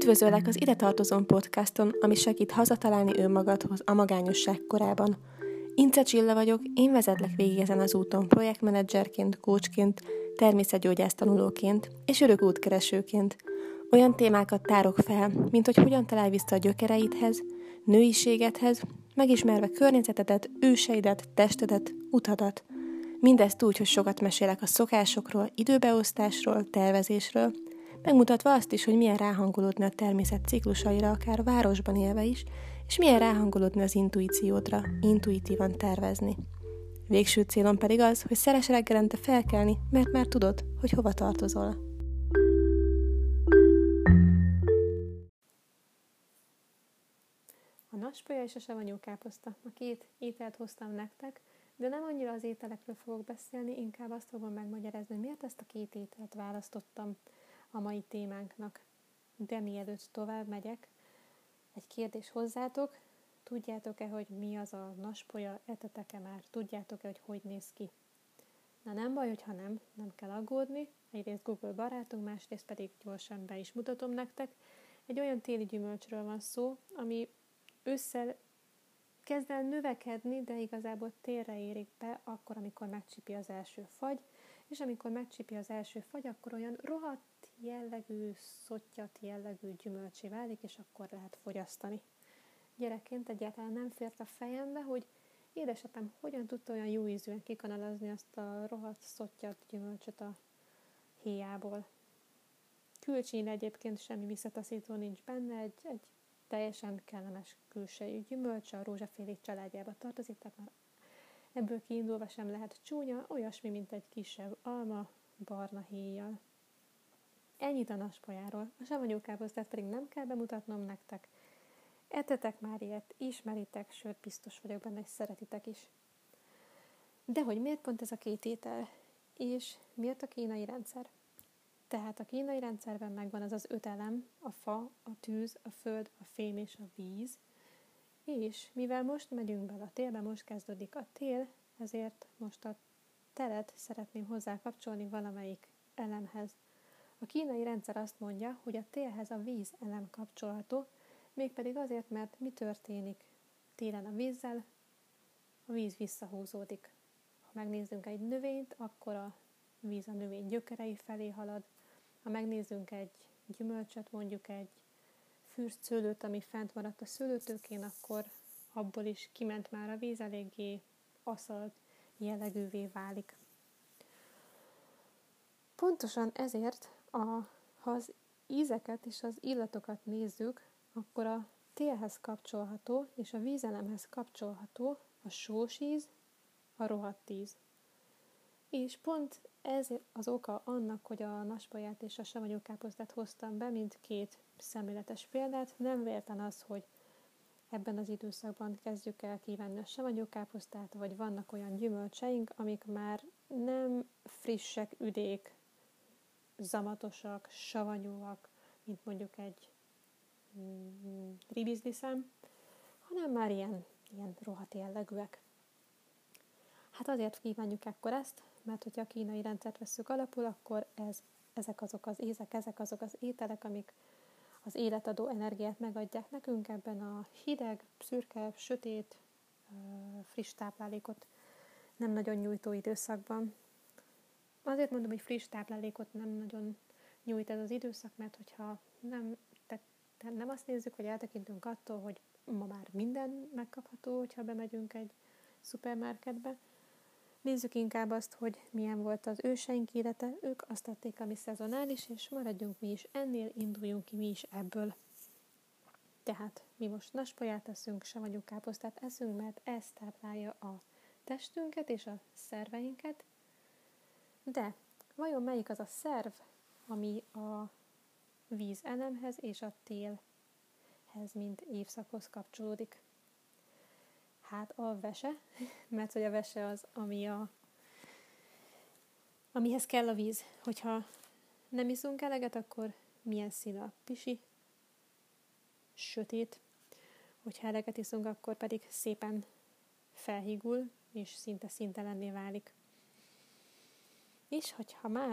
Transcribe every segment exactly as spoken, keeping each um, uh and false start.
Üdvözöllek az Ide tartozom podcaston, ami segít hazatalálni önmagadhoz a magányosság korában. Ince Csilla vagyok, én vezetlek végig ezen az úton projektmenedzserként, coachként, természetgyógyász tanulóként és örök útkeresőként. Olyan témákat tárok fel, mint hogy hogyan találj vissza a gyökereidhez, nőiségedhez, megismerve környezetedet, őseidet, testedet, utadat. Mindezt úgy, hogy sokat mesélek a szokásokról, időbeosztásról, tervezésről, megmutatva azt is, hogy milyen ráhangolódni a természet ciklusaira, akár a városban élve is, és milyen ráhangolódni az intuíciódra, intuitívan tervezni. Végső célom pedig az, hogy szeress reggelente felkelni, mert már tudod, hogy hova tartozol. A naspolya és a savanyú káposzta. A két ételt hoztam nektek, de nem annyira az ételekről fogok beszélni, inkább azt fogom megmagyarázni, hogy miért ezt a két ételt választottam a mai témánknak. De mielőtt tovább megyek, egy kérdés hozzátok. Tudjátok-e, hogy mi az a naspolya? Etetek-e már? Tudjátok-e, hogy hogy néz ki? Na nem baj, hogyha nem, nem kell aggódni. Egyrészt Google barátunk, másrészt pedig gyorsan be is mutatom nektek. Egy olyan téli gyümölcsről van szó, ami ősszel kezd el növekedni, de igazából térre érik be akkor, amikor megcsipi az első fagy, és amikor megcsipi az első fagy, akkor olyan rohadt jellegű, szottyat jellegű gyümölcsé válik, és akkor lehet fogyasztani. Gyerekként egyáltalán nem fért a fejembe, hogy édesapám hogyan tudta olyan jó ízűen kikanalazni azt a rohadt szottyat gyümölcsöt a héjából. Külcsín egyébként semmi visszataszító nincs benne, egy, egy teljesen kellemes külsejű gyümölcs, a rózsafélék családjába tartozik, tehát már ebből kiindulva sem lehet csúnya, olyasmi, mint egy kisebb alma, barna héjjal. Ennyit a naspolyáról, a savanyú káposztát pedig nem kell bemutatnom nektek. Etetek már ilyet, ismeritek, sőt biztos vagyok benne, hogy szeretitek is. De hogy miért pont ez a két étel? És miért a kínai rendszer? Tehát a kínai rendszerben megvan az az öt elem, a fa, a tűz, a föld, a fém és a víz, és mivel most megyünk bele a télbe, most kezdődik a tél, ezért most a telet szeretném hozzá kapcsolni valamelyik elemhez. A kínai rendszer azt mondja, hogy a télhez a víz elem kapcsolható, mégpedig azért, mert mi történik télen a vízzel, a víz visszahúzódik. Ha megnézzünk egy növényt, akkor a víz a növény gyökerei felé halad. Ha megnézzünk egy gyümölcsöt, mondjuk egy fürstszőlőt, ami fent maradt a szőlőtőkén, akkor abból is kiment már a víz, eléggé aszalt jellegűvé válik. Pontosan ezért, a, ha az ízeket és az illatokat nézzük, akkor a télhez kapcsolható és a vízelemhez kapcsolható a sós íz, a rohadt íz. És pont ez az oka annak, hogy a naspolyát és a savanyú káposztát hoztam be, mint két szemléletes példát. Nem véletlen az, hogy ebben az időszakban kezdjük el kívánni a savanyú káposztát, vagy vannak olyan gyümölcseink, amik már nem frissek, üdék, zamatosak, savanyúak, mint mondjuk egy mm, ribizliszem, hanem már ilyen, ilyen rohadt jellegűek. Hát azért kívánjuk ekkor ezt, mert hogyha a kínai rendszert vesszük alapul, akkor ez, ezek azok az ízek, ezek azok az ételek, amik az életadó energiát megadják nekünk ebben a hideg, szürke, sötét, friss táplálékot nem nagyon nyújtó időszakban. Azért mondom, hogy friss táplálékot nem nagyon nyújt ez az időszak, mert hogyha nem, te, te nem azt nézzük, hogy eltekintünk attól, hogy ma már minden megkapható, hogyha bemegyünk egy szupermarketbe. Nézzük inkább azt, hogy milyen volt az őseink élete, ők azt tették, ami szezonális, és maradjunk mi is ennél, induljunk ki mi is ebből. Tehát mi most naspolyát eszünk, savanyú káposztát eszünk, mert ez táplálja a testünket és a szerveinket. De vajon melyik az a szerv, ami a vízelemhez és a télhez, mint évszakhoz kapcsolódik? Hát a vese, mert hogy a vese az, ami a, amihez kell a víz. Hogyha nem iszunk eleget, akkor milyen szín a pisi? Sötét. Hogyha eleget iszunk, akkor pedig szépen felhígul, és szinte színtelenné válik. És hogyha már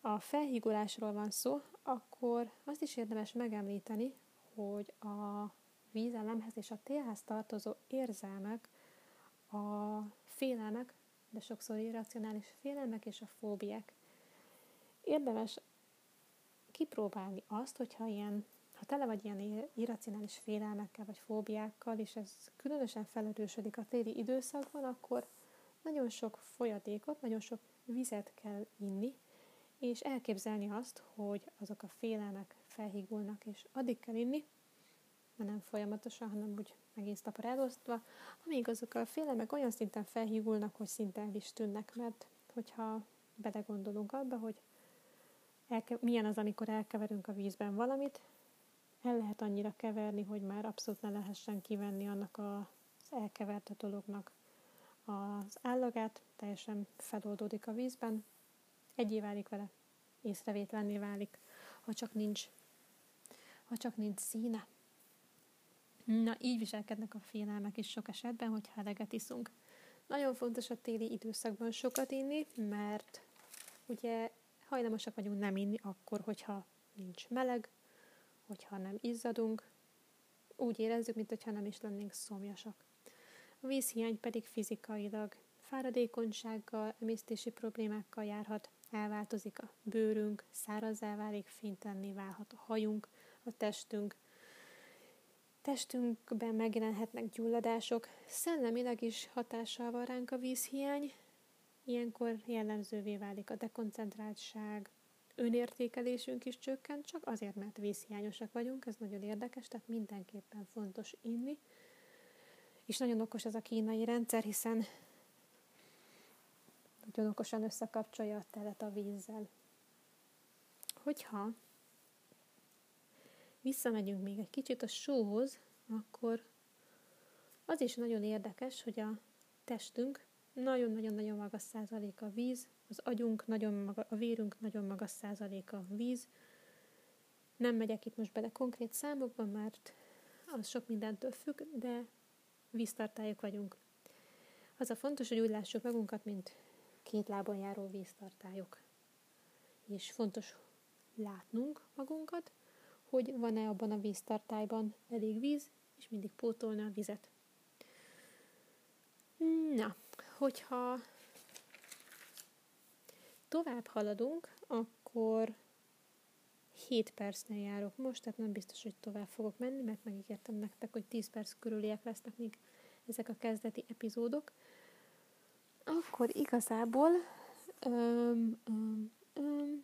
a felhígulásról van szó, akkor azt is érdemes megemlíteni, hogy a vízelemhez és a télhez tartozó érzelmek, a félelmek, de sokszor irracionális félelmek és a fóbiák. Érdemes kipróbálni azt, hogyha ilyen, ha tele vagy ilyen irracionális félelmekkel vagy fóbiákkal, és ez különösen felerősödik a téli időszakban, akkor nagyon sok folyadékot, nagyon sok vizet kell inni, és elképzelni azt, hogy azok a félelmek felhígulnak, és addig kell inni, de nem folyamatosan, hanem úgy egész napra elosztva, amíg azok a félelmek olyan szinten felhígulnak, hogy szinte el is tűnnek, mert hogyha belegondolunk abba, hogy elke- milyen az, amikor elkeverünk a vízben valamit, el lehet annyira keverni, hogy már abszolút ne lehessen kivenni annak az elkevert dolognak az állagát, teljesen feloldódik a vízben, egyé válik vele, észrevétlenné válik, ha csak nincs, ha csak nincs színe. Na, így viselkednek a félelmek is sok esetben, hogyha eleget iszunk. Nagyon fontos a téli időszakban sokat inni, mert ugye hajlamosak vagyunk nem inni akkor, hogyha nincs meleg, hogyha nem izzadunk, úgy érezzük, mintha nem is lennénk szomjasak. A vízhiány pedig fizikailag fáradékonysággal, emésztési problémákkal járhat, elváltozik a bőrünk, szárazzá válik, fénytelenné válhat a hajunk, a testünk, testünkben megjelenhetnek gyulladások, szellemileg is hatással van ránk a vízhiány, ilyenkor jellemzővé válik a dekoncentráltság, önértékelésünk is csökken, csak azért, mert vízhiányosak vagyunk, ez nagyon érdekes, tehát mindenképpen fontos inni. És nagyon okos ez a kínai rendszer, hiszen nagyon okosan összekapcsolja a telet a vízzel. Hogyha visszamegyünk még egy kicsit a sóhoz, akkor az is nagyon érdekes, hogy a testünk nagyon-nagyon-nagyon magas százaléka víz, az agyunk, nagyon maga, a vérünk nagyon magas százaléka víz. Nem megyek itt most bele konkrét számokba, mert az sok mindentől függ, de víztartályok vagyunk. Az a fontos, hogy úgy lássuk magunkat, mint két lábon járó víztartályok. És fontos látnunk magunkat, hogy van-e abban a víztartályban elég víz, és mindig pótolni a vizet. Na, hogyha tovább haladunk, akkor hét percnél járok most, tehát nem biztos, hogy tovább fogok menni, mert megígértem nektek, hogy tíz perc körüliek lesznek még ezek a kezdeti epizódok. Akkor igazából öm, öm, öm,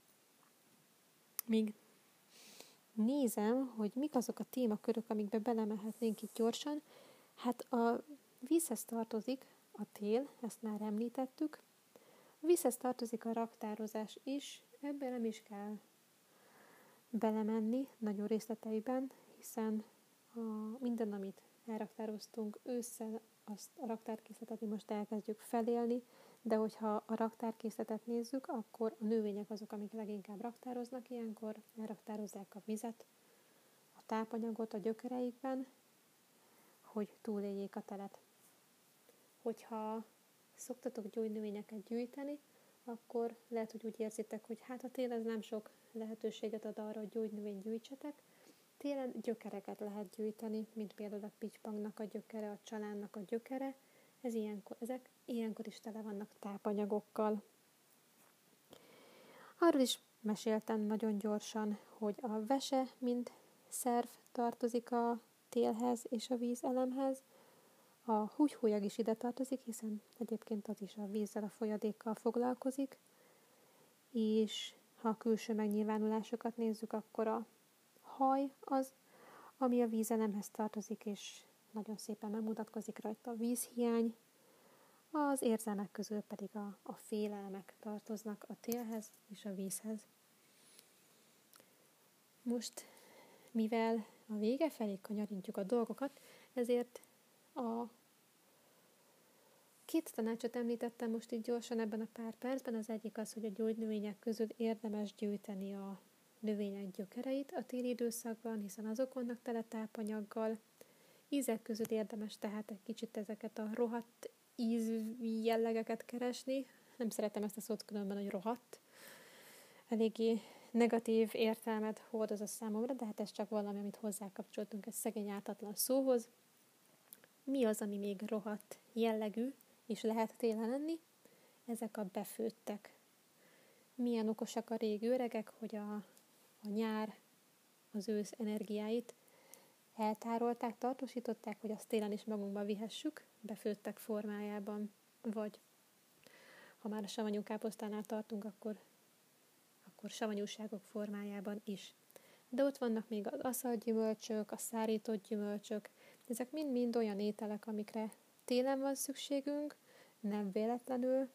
még nézem, hogy mik azok a témakörök, amikbe belemehetnénk itt gyorsan. Hát a vízhez tartozik a tél, ezt már említettük. A vízhez tartozik a raktározás is, ebben nem is kell belemenni nagyon részleteiben, hiszen a minden, amit elraktároztunk ősszel, azt a raktárkészletet mi most elkezdjük felélni, de hogyha a raktárkészletet nézzük, akkor a növények azok, amik leginkább raktároznak ilyenkor, elraktározzák a vizet, a tápanyagot a gyökereikben, hogy túléljék a telet. Hogyha szoktatok gyógynövényeket gyűjteni, akkor lehet, hogy úgy érzitek, hogy hát a tél ez nem sok lehetőséget ad arra, hogy gyógynövényt gyűjtsetek. Télen gyökereket lehet gyűjteni, mint például a pitypangnak a gyökere, a csalánnak a gyökere. Ez ilyenkor, ezek ilyenkor is tele vannak tápanyagokkal. Arról is meséltem nagyon gyorsan, hogy a vese, mint szerv tartozik a télhez és a vízelemhez. A húgyhólyag is ide tartozik, hiszen egyébként az is a vízzel, a folyadékkal foglalkozik. És ha a külső megnyilvánulásokat nézzük, akkor a haj az, ami a vízelemhez tartozik, és nagyon szépen megmutatkozik rajta a vízhiány. Az érzelmek közül pedig a, a félelmek tartoznak a télhez és a vízhez. Most, mivel a vége felé kanyarintjuk a dolgokat, ezért a két tanácsot említettem most így gyorsan ebben a pár percben. Az egyik az, hogy a gyógynövények közül érdemes gyűjteni a növények gyökereit a téli időszakban, hiszen azok vannak tele tápanyaggal. Ízek közül érdemes tehát egy kicsit ezeket a rohadt íz jellegeket keresni. Nem szeretem ezt a szót különben, hogy rohadt. eléggé negatív értelmet hordoz a számomra, de hát ez csak valami, amit hozzákapcsoltunk egy szegény ártatlan szóhoz. Mi az, ami még rohadt jellegű, és lehet télen lenni? Ezek a befőttek. Milyen okosak a régi öregek, hogy a, a nyár, az ősz energiáit eltárolták, tartósították, hogy azt télen is magunkba vihessük, befőttek formájában, vagy ha már a savanyú káposztánál tartunk, akkor, akkor savanyúságok formájában is. De ott vannak még az aszalgyümölcsök, a szárított gyümölcsök, ezek mind-mind olyan ételek, amikre télen van szükségünk, nem véletlenül,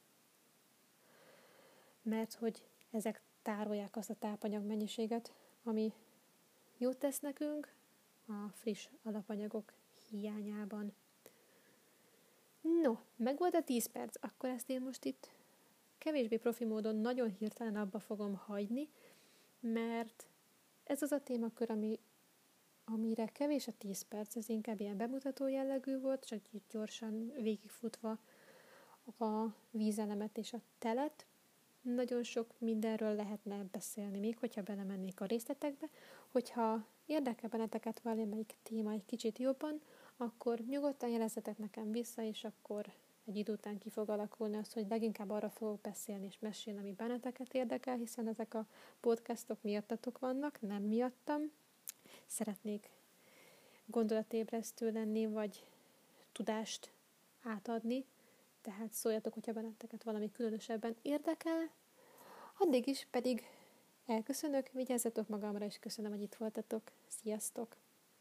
mert hogy ezek tárolják azt a tápanyag mennyiséget, ami jót tesz nekünk a friss alapanyagok hiányában. No, meg volt a tíz perc, akkor ezt én most itt kevésbé profi módon nagyon hirtelen abba fogom hagyni, mert ez az a témakör, ami, amire kevés a tíz perc, ez inkább ilyen bemutató jellegű volt, csak így gyorsan végigfutva a vízelemet és a telet. Nagyon sok mindenről lehetne beszélni, még hogyha belemennék a részletekbe. Hogyha érdekel benneteket valamelyik téma egy kicsit jobban, akkor nyugodtan jelezzetek nekem vissza, és akkor egy idő után ki fog alakulni az, hogy leginkább arra fogok beszélni és mesélni, ami benneteket érdekel, hiszen ezek a podcastok miattatok vannak, nem miattam. Szeretnék gondolatébresztő lenni, vagy tudást átadni, tehát szóljatok, hogyha benneteket valami különösebben érdekel. Addig is pedig elköszönök, vigyázzatok magamra, és köszönöm, hogy itt voltatok. Sziasztok!